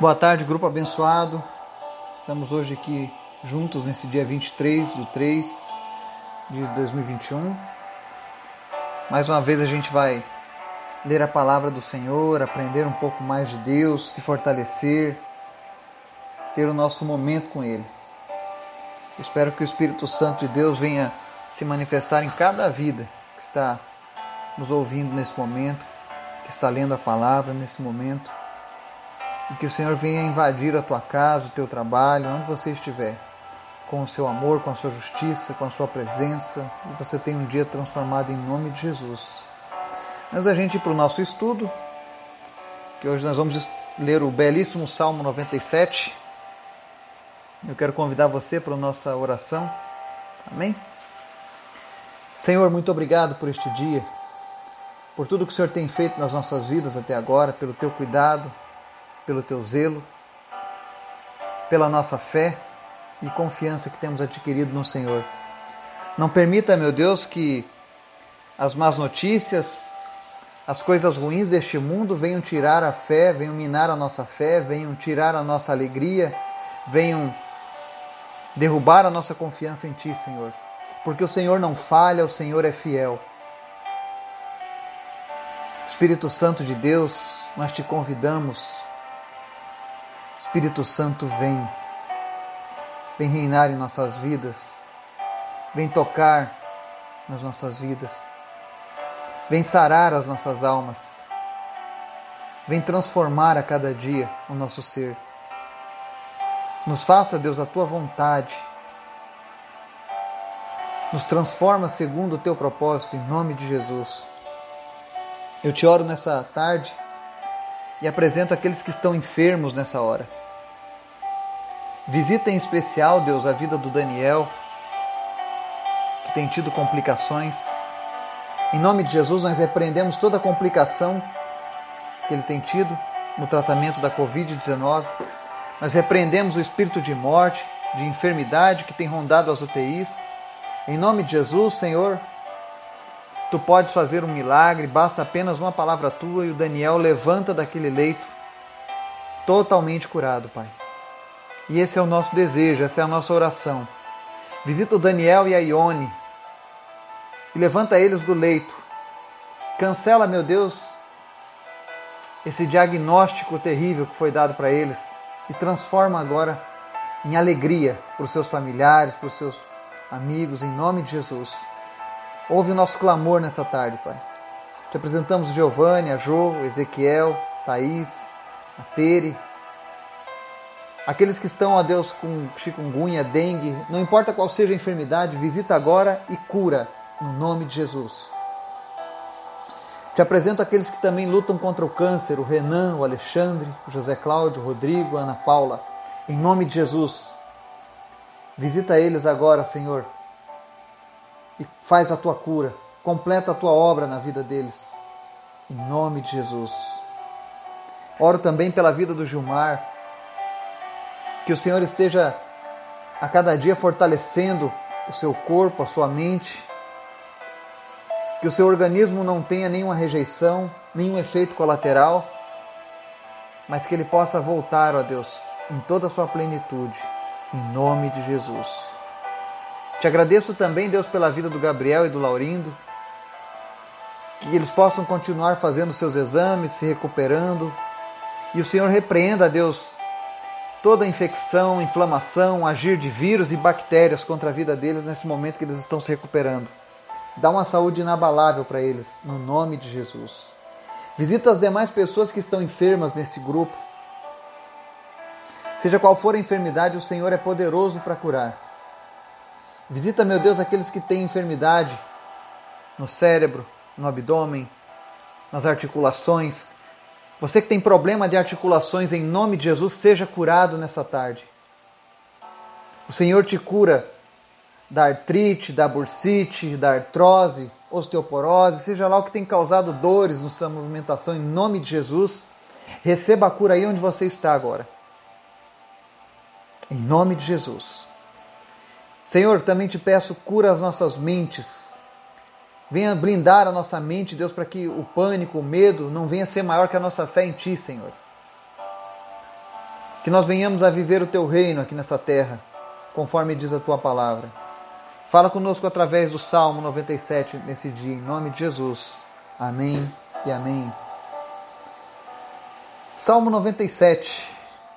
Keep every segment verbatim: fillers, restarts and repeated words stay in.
Boa tarde, grupo abençoado. Estamos hoje aqui juntos nesse dia vinte e três de três de dois mil e vinte e um. Mais uma vez a gente vai ler a palavra do Senhor, aprender um pouco mais de Deus, se fortalecer, ter o nosso momento com Ele. Eu espero que o Espírito Santo de Deus venha se manifestar em cada vida que está nos ouvindo nesse momento, que está lendo a palavra nesse momento. E que o Senhor venha invadir a tua casa, o teu trabalho, onde você estiver, com o seu amor, com a sua justiça, com a sua presença, e você tenha um dia transformado em nome de Jesus. Antes da gente ir para o nosso estudo, que hoje nós vamos ler o belíssimo Salmo noventa e sete, eu quero convidar você para a nossa oração. Amém? Senhor, muito obrigado por este dia, por tudo que o Senhor tem feito nas nossas vidas até agora, pelo teu cuidado, pelo teu zelo, pela nossa fé e confiança que temos adquirido no Senhor. Não permita, meu Deus, que as más notícias, as coisas ruins deste mundo venham tirar a fé, venham minar a nossa fé, venham tirar a nossa alegria, venham derrubar a nossa confiança em Ti, Senhor. Porque o Senhor não falha, o Senhor é fiel. Espírito Santo de Deus, nós Te convidamos. Espírito Santo, vem, vem reinar em nossas vidas, vem tocar nas nossas vidas, vem sarar as nossas almas, vem transformar a cada dia o nosso ser. Nos faça, Deus, a Tua vontade, nos transforma segundo o Teu propósito, em nome de Jesus. Eu Te oro nessa tarde e apresento aqueles que estão enfermos nessa hora. Visita em especial, Deus, a vida do Daniel, que tem tido complicações. Em nome de Jesus, nós repreendemos toda a complicação que ele tem tido no tratamento da covid dezenove. Nós repreendemos o espírito de morte, de enfermidade que tem rondado as U T Is. Em nome de Jesus, Senhor, Tu podes fazer um milagre, basta apenas uma palavra Tua e o Daniel levanta daquele leito totalmente curado, Pai. E esse é o nosso desejo, essa é a nossa oração. Visita o Daniel e a Ione e levanta eles do leito. Cancela, meu Deus, esse diagnóstico terrível que foi dado para eles e transforma agora em alegria para os seus familiares, para os seus amigos, em nome de Jesus. Ouve o nosso clamor nessa tarde, Pai. Te apresentamos o Giovanni, a Jo, Ezequiel, Thaís, a Tere, aqueles que estão, ó Deus, com chikungunya, dengue, não importa qual seja a enfermidade, visita agora e cura, no nome de Jesus. Te apresento aqueles que também lutam contra o câncer, o Renan, o Alexandre, o José Cláudio, o Rodrigo, a Ana Paula, em nome de Jesus. Visita eles agora, Senhor, e faz a Tua cura, completa a Tua obra na vida deles, em nome de Jesus. Oro também pela vida do Gilmar, que o Senhor esteja a cada dia fortalecendo o seu corpo, a sua mente, que o seu organismo não tenha nenhuma rejeição, nenhum efeito colateral, mas que ele possa voltar, ó Deus, em toda a sua plenitude, em nome de Jesus. Te agradeço também, Deus, pela vida do Gabriel e do Laurindo, que eles possam continuar fazendo seus exames, se recuperando, e o Senhor repreenda, Deus, toda infecção, inflamação, agir de vírus e bactérias contra a vida deles nesse momento que eles estão se recuperando. Dá uma saúde inabalável para eles, no nome de Jesus. Visita as demais pessoas que estão enfermas nesse grupo. Seja qual for a enfermidade, o Senhor é poderoso para curar. Visita, meu Deus, aqueles que têm enfermidade no cérebro, no abdômen, nas articulações. Você que tem problema de articulações, em nome de Jesus, seja curado nessa tarde. O Senhor te cura da artrite, da bursite, da artrose, osteoporose, seja lá o que tem causado dores na sua movimentação, em nome de Jesus. Receba a cura aí onde você está agora. Em nome de Jesus. Senhor, também te peço, cura as nossas mentes. Venha blindar a nossa mente, Deus, para que o pânico, o medo não venha ser maior que a nossa fé em Ti, Senhor. que nós venhamos a viver o Teu reino aqui nessa terra, conforme diz a Tua palavra. Fala conosco através do Salmo noventa e sete nesse dia, em nome de Jesus. Amém e amém. Salmo noventa e sete,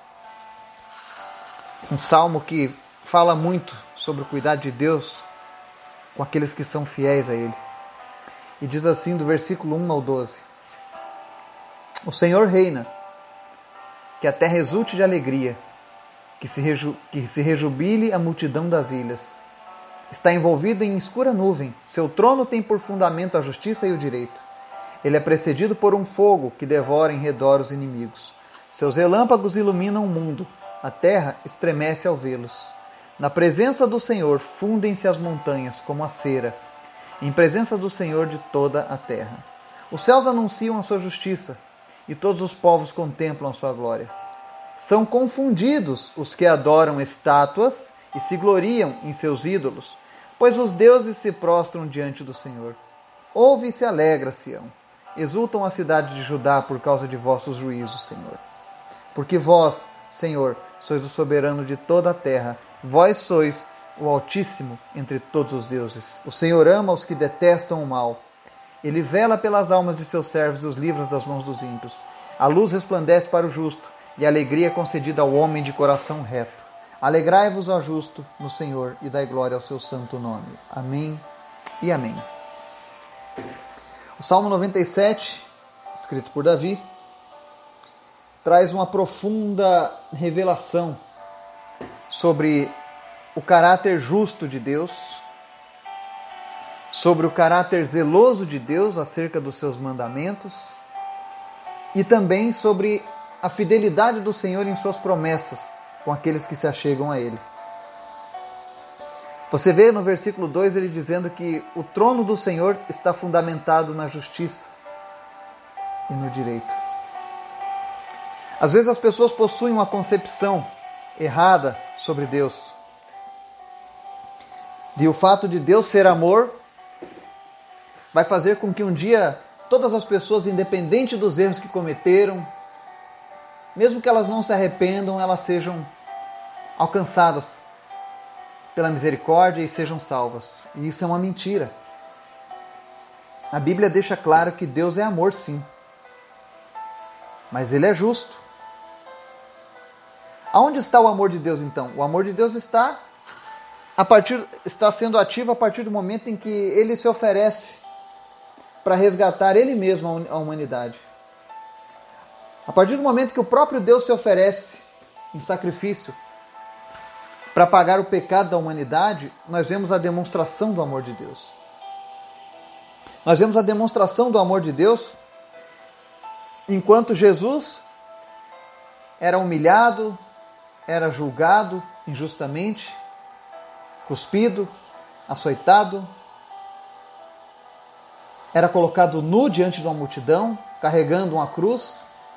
um salmo que fala muito sobre o cuidado de Deus com aqueles que são fiéis a Ele. E diz assim do versículo um ao doze. O Senhor reina, que a terra exulte de alegria, que se, reju- que se rejubile a multidão das ilhas. Está envolvido em escura nuvem, seu trono tem por fundamento a justiça e o direito. Ele é precedido por um fogo que devora em redor os inimigos. Seus relâmpagos iluminam o mundo, a terra estremece ao vê-los. Na presença do Senhor fundem-se as montanhas como a cera, em presença do Senhor de toda a terra. Os céus anunciam a sua justiça, e todos os povos contemplam a sua glória. São confundidos os que adoram estátuas e se gloriam em seus ídolos, pois os deuses se prostram diante do Senhor. Ouve e se alegra, Sião. Exultam a cidade de Judá por causa de vossos juízos, Senhor. Porque vós, Senhor, sois o soberano de toda a terra, vós sois o Altíssimo entre todos os deuses. O Senhor ama os que detestam o mal. Ele vela pelas almas de seus servos e os livra das mãos dos ímpios. A luz resplandece para o justo, e a alegria é concedida ao homem de coração reto. Alegrai-vos, ó justo, no Senhor, e dai glória ao seu santo nome. Amém e amém. O Salmo noventa e sete, escrito por Davi, traz uma profunda revelação sobre o caráter justo de Deus, sobre o caráter zeloso de Deus acerca dos seus mandamentos e também sobre a fidelidade do Senhor em suas promessas com aqueles que se achegam a Ele. Você vê no versículo dois ele dizendo que o trono do Senhor está fundamentado na justiça e no direito. Às vezes as pessoas possuem uma concepção errada sobre Deus. E o fato de Deus ser amor vai fazer com que um dia todas as pessoas, independente dos erros que cometeram, mesmo que elas não se arrependam, elas sejam alcançadas pela misericórdia e sejam salvas. E isso é uma mentira. A Bíblia deixa claro que Deus é amor, sim. Mas Ele é justo. Aonde está o amor de Deus, então? O amor de Deus está, a partir, está sendo ativo a partir do momento em que Ele se oferece para resgatar Ele mesmo a humanidade. A partir do momento que o próprio Deus se oferece em sacrifício para pagar o pecado da humanidade, nós vemos a demonstração do amor de Deus. Nós vemos a demonstração do amor de Deus enquanto Jesus era humilhado, era julgado injustamente, cuspido, açoitado, era colocado nu diante de uma multidão, carregando uma cruz.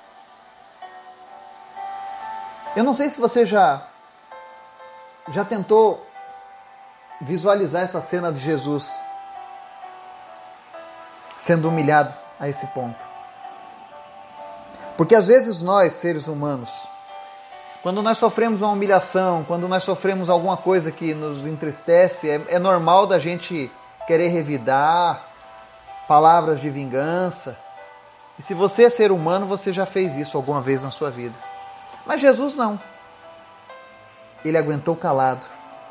Eu não sei se você já, já tentou visualizar essa cena de Jesus sendo humilhado a esse ponto. Porque às vezes nós, seres humanos, quando nós sofremos uma humilhação, quando nós sofremos alguma coisa que nos entristece, é, é normal da gente querer revidar, palavras de vingança. E se você é ser humano, você já fez isso alguma vez na sua vida. Mas Jesus não. Ele aguentou calado.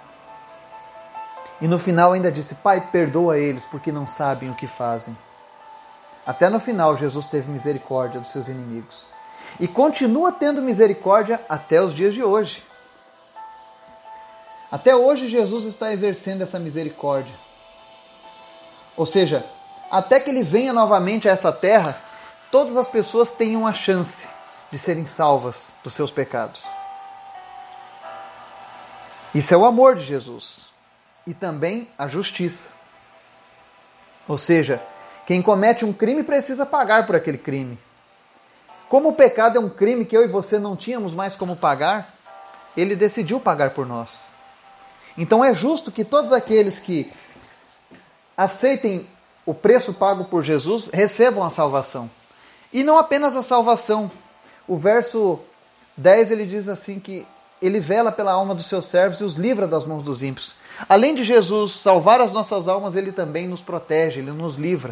E no final ainda disse: Pai, perdoa eles, porque não sabem o que fazem. Até no final, Jesus teve misericórdia dos seus inimigos. E continua tendo misericórdia até os dias de hoje. Até hoje, Jesus está exercendo essa misericórdia. Ou seja, até que Ele venha novamente a essa terra, todas as pessoas tenham a chance de serem salvas dos seus pecados. Isso é o amor de Jesus. E também a justiça. Ou seja, quem comete um crime precisa pagar por aquele crime. Como o pecado é um crime que eu e você não tínhamos mais como pagar, Ele decidiu pagar por nós. Então é justo que todos aqueles que aceitem o preço pago por Jesus recebam a salvação. E não apenas a salvação. O verso dez ele diz assim que ele vela pela alma dos seus servos e os livra das mãos dos ímpios. Além de Jesus salvar as nossas almas, ele também nos protege, ele nos livra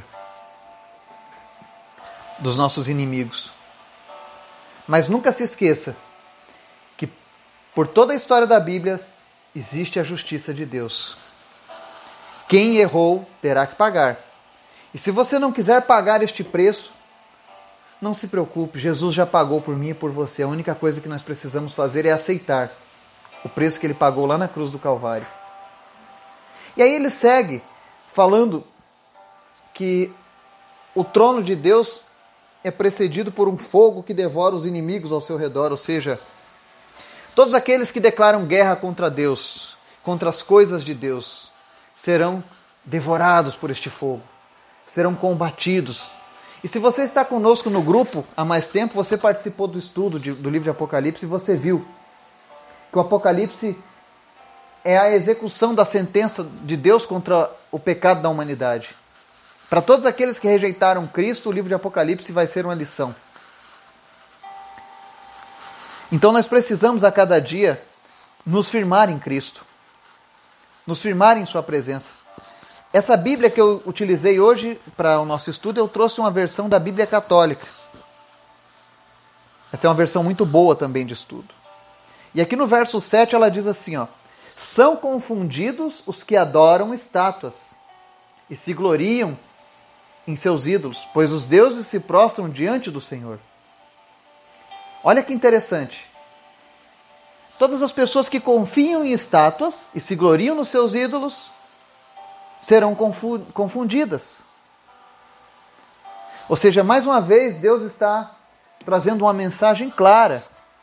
dos nossos inimigos. Mas nunca se esqueça que por toda a história da Bíblia existe a justiça de Deus. Quem errou terá que pagar. E se você não quiser pagar este preço, não se preocupe, Jesus já pagou por mim e por você. A única coisa que nós precisamos fazer é aceitar o preço que ele pagou lá na cruz do Calvário. E aí ele segue falando que o trono de Deus é precedido por um fogo que devora os inimigos ao seu redor, ou seja, todos aqueles que declaram guerra contra Deus, contra as coisas de Deus, serão devorados por este fogo, serão combatidos. E se você está conosco no grupo há mais tempo, você participou do estudo de, do livro de Apocalipse e você viu que o Apocalipse é a execução da sentença de Deus contra o pecado da humanidade. Para todos aqueles que rejeitaram Cristo, o livro de Apocalipse vai ser uma lição. Então nós precisamos a cada dia nos firmar em Cristo, nos firmar em sua presença. Essa Bíblia que eu utilizei hoje para o nosso estudo, eu trouxe uma versão da Bíblia Católica. Essa é uma versão muito boa também de estudo. E aqui no verso sete ela diz assim, ó: são confundidos os que adoram estátuas e se gloriam em seus ídolos, pois os deuses se prostram diante do Senhor. Olha que interessante. Todas as pessoas que confiam em estátuas e se gloriam nos seus ídolos serão confundidas. Ou seja, mais uma vez, Deus está trazendo uma mensagem clara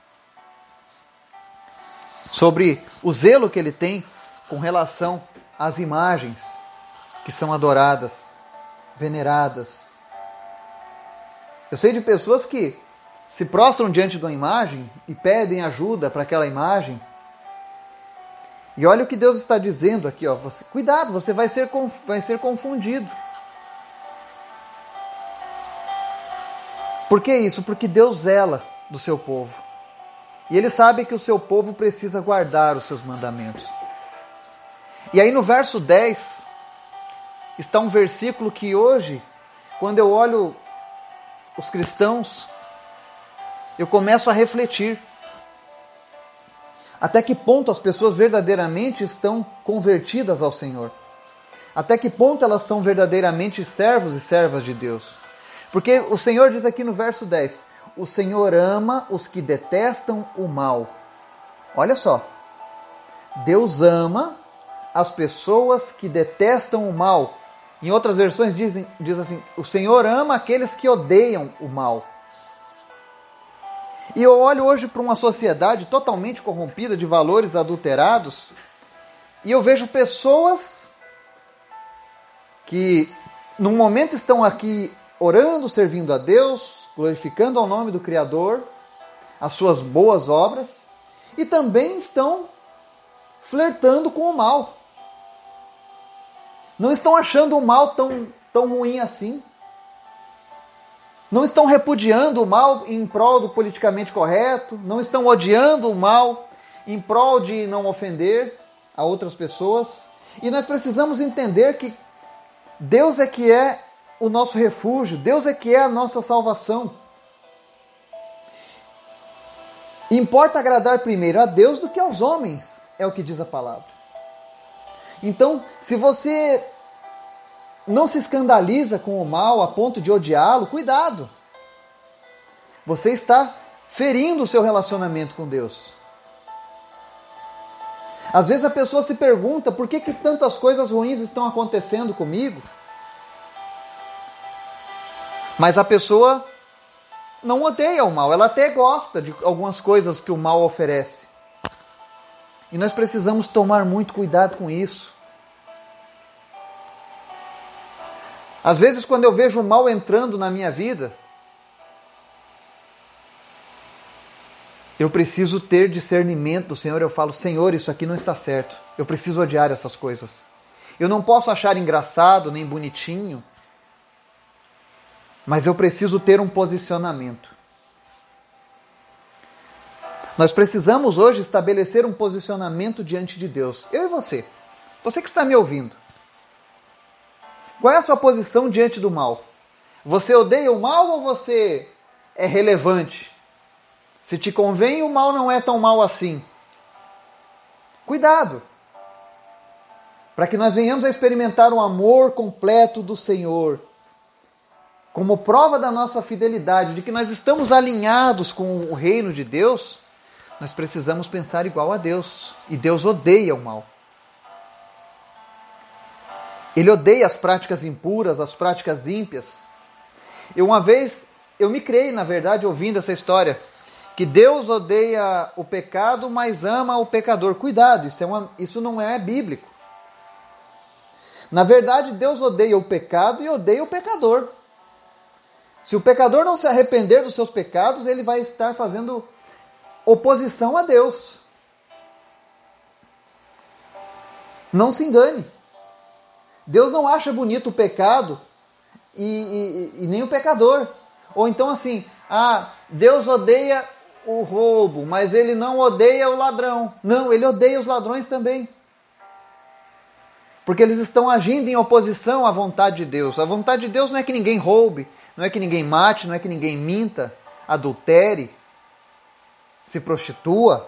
sobre o zelo que ele tem com relação às imagens que são adoradas, veneradas. Eu sei de pessoas que se prostram diante de uma imagem e pedem ajuda para aquela imagem. E olha o que Deus está dizendo aqui, ó. Você, cuidado, você vai ser, vai ser confundido. Por que isso? Porque Deus zela do seu povo. E Ele sabe que o seu povo precisa guardar os seus mandamentos. E aí no verso dez, está um versículo que hoje, quando eu olho os cristãos, eu começo a refletir. Até que ponto as pessoas verdadeiramente estão convertidas ao Senhor? Até que ponto elas são verdadeiramente servos e servas de Deus? Porque o Senhor diz aqui no verso dez, o Senhor ama os que detestam o mal. Olha só, Deus ama as pessoas que detestam o mal. Em outras versões dizem, diz assim, o Senhor ama aqueles que odeiam o mal. E eu olho hoje para uma sociedade totalmente corrompida, de valores adulterados, e eu vejo pessoas que, num momento, estão aqui orando, servindo a Deus, glorificando ao nome do Criador, as suas boas obras, e também estão flertando com o mal. Não estão achando o mal tão, tão ruim assim. Não estão repudiando o mal em prol do politicamente correto. Não estão odiando o mal em prol de não ofender a outras pessoas. E nós precisamos entender que Deus é que é o nosso refúgio. Deus é que é a nossa salvação. Importa agradar primeiro a Deus do que aos homens, é o que diz a palavra. Então, se você não se escandaliza com o mal a ponto de odiá-lo, cuidado. Você está ferindo o seu relacionamento com Deus. Às vezes a pessoa se pergunta por que, que tantas coisas ruins estão acontecendo comigo. Mas a pessoa não odeia o mal, ela até gosta de algumas coisas que o mal oferece. E nós precisamos tomar muito cuidado com isso. Às vezes, quando eu vejo o mal entrando na minha vida, eu preciso ter discernimento do Senhor. Eu falo, Senhor, isso aqui não está certo. Eu preciso odiar essas coisas. Eu não posso achar engraçado, nem bonitinho, mas eu preciso ter um posicionamento. Nós precisamos hoje estabelecer um posicionamento diante de Deus. Eu e você. Você que está me ouvindo. Qual é a sua posição diante do mal? Você odeia o mal ou você é relevante? Se te convém, o mal não é tão mal assim. Cuidado! Para que nós venhamos a experimentar o amor completo do Senhor, como prova da nossa fidelidade, de que nós estamos alinhados com o reino de Deus, nós precisamos pensar igual a Deus. E Deus odeia o mal. Ele odeia as práticas impuras, as práticas ímpias. Eu uma vez, eu me criei, na verdade, ouvindo essa história, que Deus odeia o pecado, mas ama o pecador. Cuidado, isso, é uma, isso não é bíblico. Na verdade, Deus odeia o pecado e odeia o pecador. Se o pecador não se arrepender dos seus pecados, ele vai estar fazendo oposição a Deus. Não se engane. Deus não acha bonito o pecado e, e, e nem o pecador. Ou então assim, ah, Deus odeia o roubo, mas ele não odeia o ladrão. Não, ele odeia os ladrões também. Porque eles estão agindo em oposição à vontade de Deus. A vontade de Deus não é que ninguém roube, não é que ninguém mate, não é que ninguém minta, adultere, se prostitua.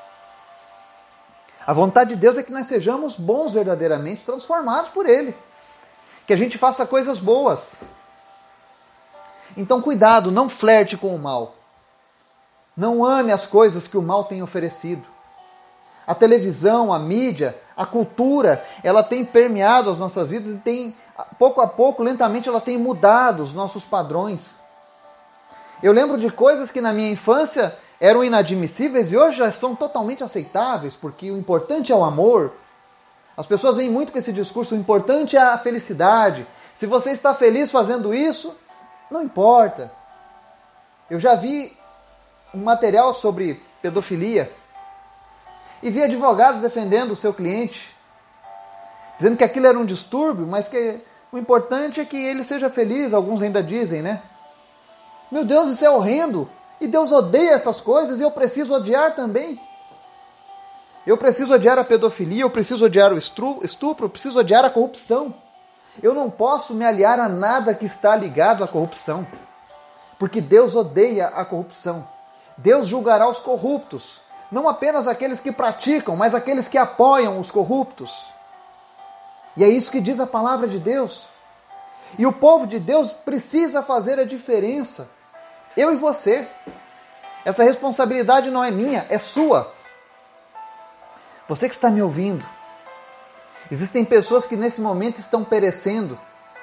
A vontade de Deus é que nós sejamos bons verdadeiramente, transformados por Ele. Que a gente faça coisas boas. Então cuidado, não flerte com o mal. Não ame as coisas que o mal tem oferecido. A televisão, a mídia, a cultura, ela tem permeado as nossas vidas e tem, pouco a pouco, lentamente, ela tem mudado os nossos padrões. Eu lembro de coisas que na minha infância eram inadmissíveis e hoje já são totalmente aceitáveis, porque o importante é o amor. As pessoas vêm muito com esse discurso, o importante é a felicidade. Se você está feliz fazendo isso, não importa. Eu já vi um material sobre pedofilia e vi advogados defendendo o seu cliente, dizendo que aquilo era um distúrbio, mas que o importante é que ele seja feliz, alguns ainda dizem, né? Meu Deus, isso é horrendo! E Deus odeia essas coisas e eu preciso odiar também. Eu preciso odiar a pedofilia, eu preciso odiar o estupro, eu preciso odiar a corrupção. Eu não posso me aliar a nada que está ligado à corrupção, porque Deus odeia a corrupção. Deus julgará os corruptos, não apenas aqueles que praticam, mas aqueles que apoiam os corruptos. E é isso que diz a palavra de Deus. E o povo de Deus precisa fazer a diferença. Eu e você. Essa responsabilidade não é minha, é sua. Você que está me ouvindo. Existem pessoas que nesse momento estão perecendo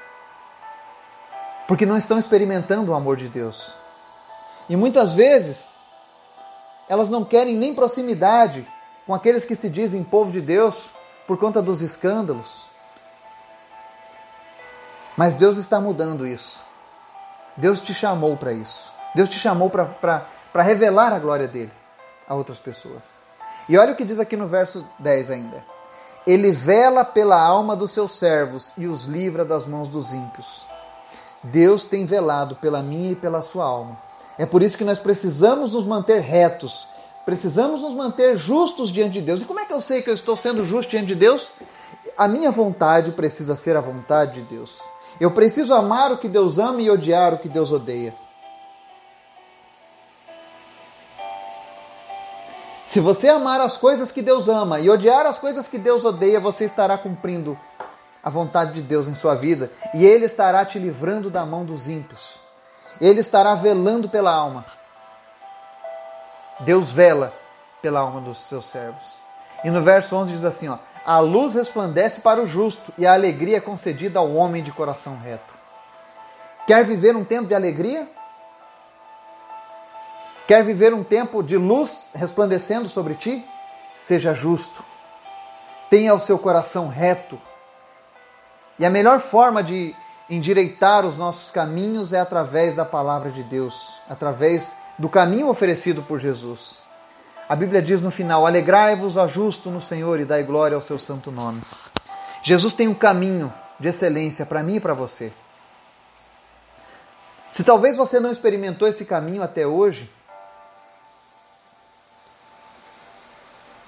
porque não estão experimentando o amor de Deus. E muitas vezes elas não querem nem proximidade com aqueles que se dizem povo de Deus por conta dos escândalos. Mas Deus está mudando isso. Deus te chamou para isso. Deus te chamou para revelar a glória dele a outras pessoas. E olha o que diz aqui no verso dez ainda. Ele vela pela alma dos seus servos e os livra das mãos dos ímpios. Deus tem velado pela minha e pela sua alma. É por isso que nós precisamos nos manter retos. Precisamos nos manter justos diante de Deus. E como é que eu sei que eu estou sendo justo diante de Deus? A minha vontade precisa ser a vontade de Deus. Eu preciso amar o que Deus ama e odiar o que Deus odeia. Se você amar as coisas que Deus ama e odiar as coisas que Deus odeia, você estará cumprindo a vontade de Deus em sua vida. E Ele estará te livrando da mão dos ímpios. Ele estará velando pela alma. Deus vela pela alma dos seus servos. E no verso onze diz assim, ó, a luz resplandece para o justo e a alegria é concedida ao homem de coração reto. Quer viver um tempo de alegria? Quer viver um tempo de luz resplandecendo sobre ti? Seja justo. Tenha o seu coração reto. E a melhor forma de endireitar os nossos caminhos é através da palavra de Deus, através do caminho oferecido por Jesus. A Bíblia diz no final, alegrai-vos a justo no Senhor e dai glória ao seu santo nome. Jesus tem um caminho de excelência para mim e para você. Se talvez você não experimentou esse caminho até hoje,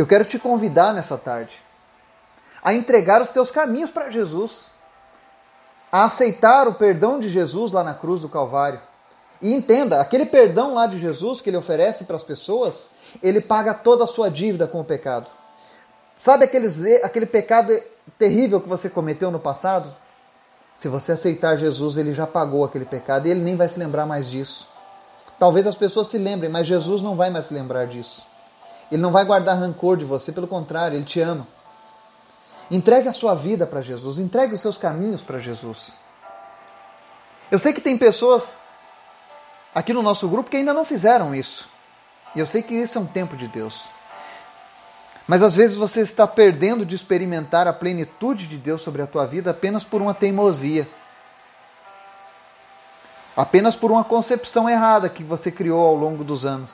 Eu quero te convidar nessa tarde a entregar os seus caminhos para Jesus, a aceitar o perdão de Jesus lá na cruz do Calvário. E entenda, aquele perdão lá de Jesus que ele oferece para as pessoas, ele paga toda a sua dívida com o pecado. Sabe aquele, aquele pecado terrível que você cometeu no passado? Se você aceitar Jesus, ele já pagou aquele pecado e ele nem vai se lembrar mais disso. Talvez as pessoas se lembrem, mas Jesus não vai mais se lembrar disso. Ele não vai guardar rancor de você, pelo contrário, ele te ama. Entregue a sua vida para Jesus, entregue os seus caminhos para Jesus. Eu sei que tem pessoas aqui no nosso grupo que ainda não fizeram isso. E eu sei que isso é um tempo de Deus. Mas às vezes você está perdendo de experimentar a plenitude de Deus sobre a tua vida apenas por uma teimosia. Apenas por uma concepção errada que você criou ao longo dos anos.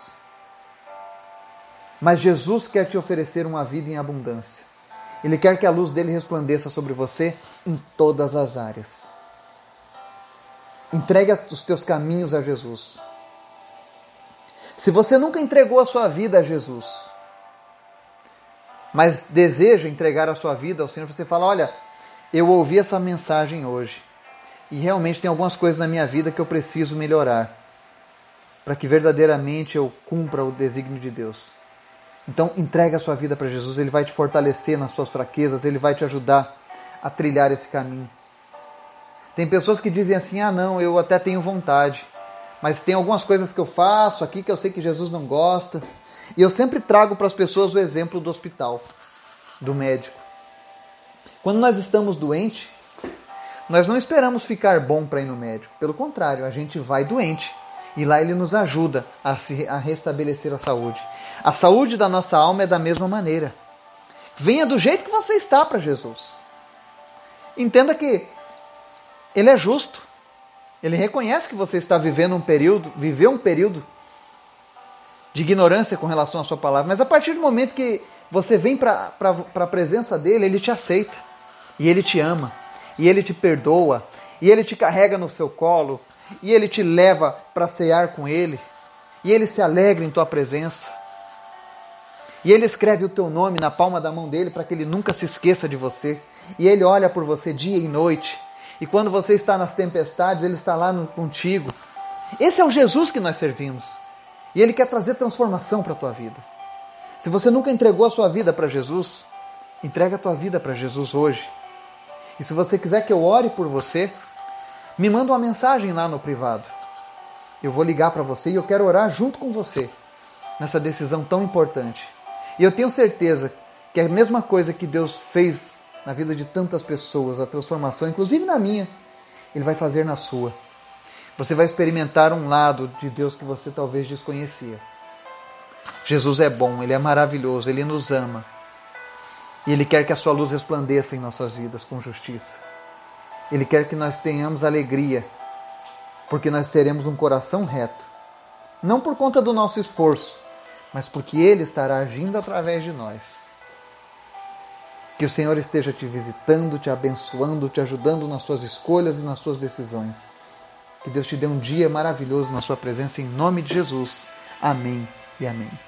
Mas Jesus quer te oferecer uma vida em abundância. Ele quer que a luz dele resplandeça sobre você em todas as áreas. Entregue os teus caminhos a Jesus. Se você nunca entregou a sua vida a Jesus, mas deseja entregar a sua vida ao Senhor, você fala, olha, eu ouvi essa mensagem hoje e realmente tem algumas coisas na minha vida que eu preciso melhorar para que verdadeiramente eu cumpra o desígnio de Deus. Então, entrega a sua vida para Jesus, Ele vai te fortalecer nas suas fraquezas, Ele vai te ajudar a trilhar esse caminho. Tem pessoas que dizem assim, ah não, eu até tenho vontade, mas tem algumas coisas que eu faço aqui que eu sei que Jesus não gosta. E eu sempre trago para as pessoas o exemplo do hospital, do médico. Quando nós estamos doentes, nós não esperamos ficar bom para ir no médico. Pelo contrário, a gente vai doente. E lá ele nos ajuda a, se, a restabelecer a saúde. A saúde da nossa alma é da mesma maneira. Venha do jeito que você está para Jesus. Entenda que Ele é justo. Ele reconhece que você está vivendo um período, viveu um período de ignorância com relação à sua palavra. Mas a partir do momento que você vem para a presença dEle, Ele te aceita. E Ele te ama. E Ele te perdoa. E Ele te carrega no seu colo. E Ele te leva para cear com Ele. E Ele se alegra em tua presença. E Ele escreve o teu nome na palma da mão dEle para que Ele nunca se esqueça de você. E Ele olha por você dia e noite. E quando você está nas tempestades, Ele está lá no, contigo. Esse é o Jesus que nós servimos. E Ele quer trazer transformação para a tua vida. Se você nunca entregou a sua vida para Jesus, entrega a tua vida para Jesus hoje. E se você quiser que eu ore por você, me manda uma mensagem lá no privado. Eu vou ligar para você e eu quero orar junto com você nessa decisão tão importante. E eu tenho certeza que é a mesma coisa que Deus fez na vida de tantas pessoas, a transformação, inclusive na minha, Ele vai fazer na sua. Você vai experimentar um lado de Deus que você talvez desconhecia. Jesus é bom, Ele é maravilhoso, Ele nos ama. E Ele quer que a sua luz resplandeça em nossas vidas com justiça. Ele quer que nós tenhamos alegria, porque nós teremos um coração reto. Não por conta do nosso esforço, mas porque Ele estará agindo através de nós. Que o Senhor esteja te visitando, te abençoando, te ajudando nas suas escolhas e nas suas decisões. Que Deus te dê um dia maravilhoso na sua presença, em nome de Jesus. Amém e amém.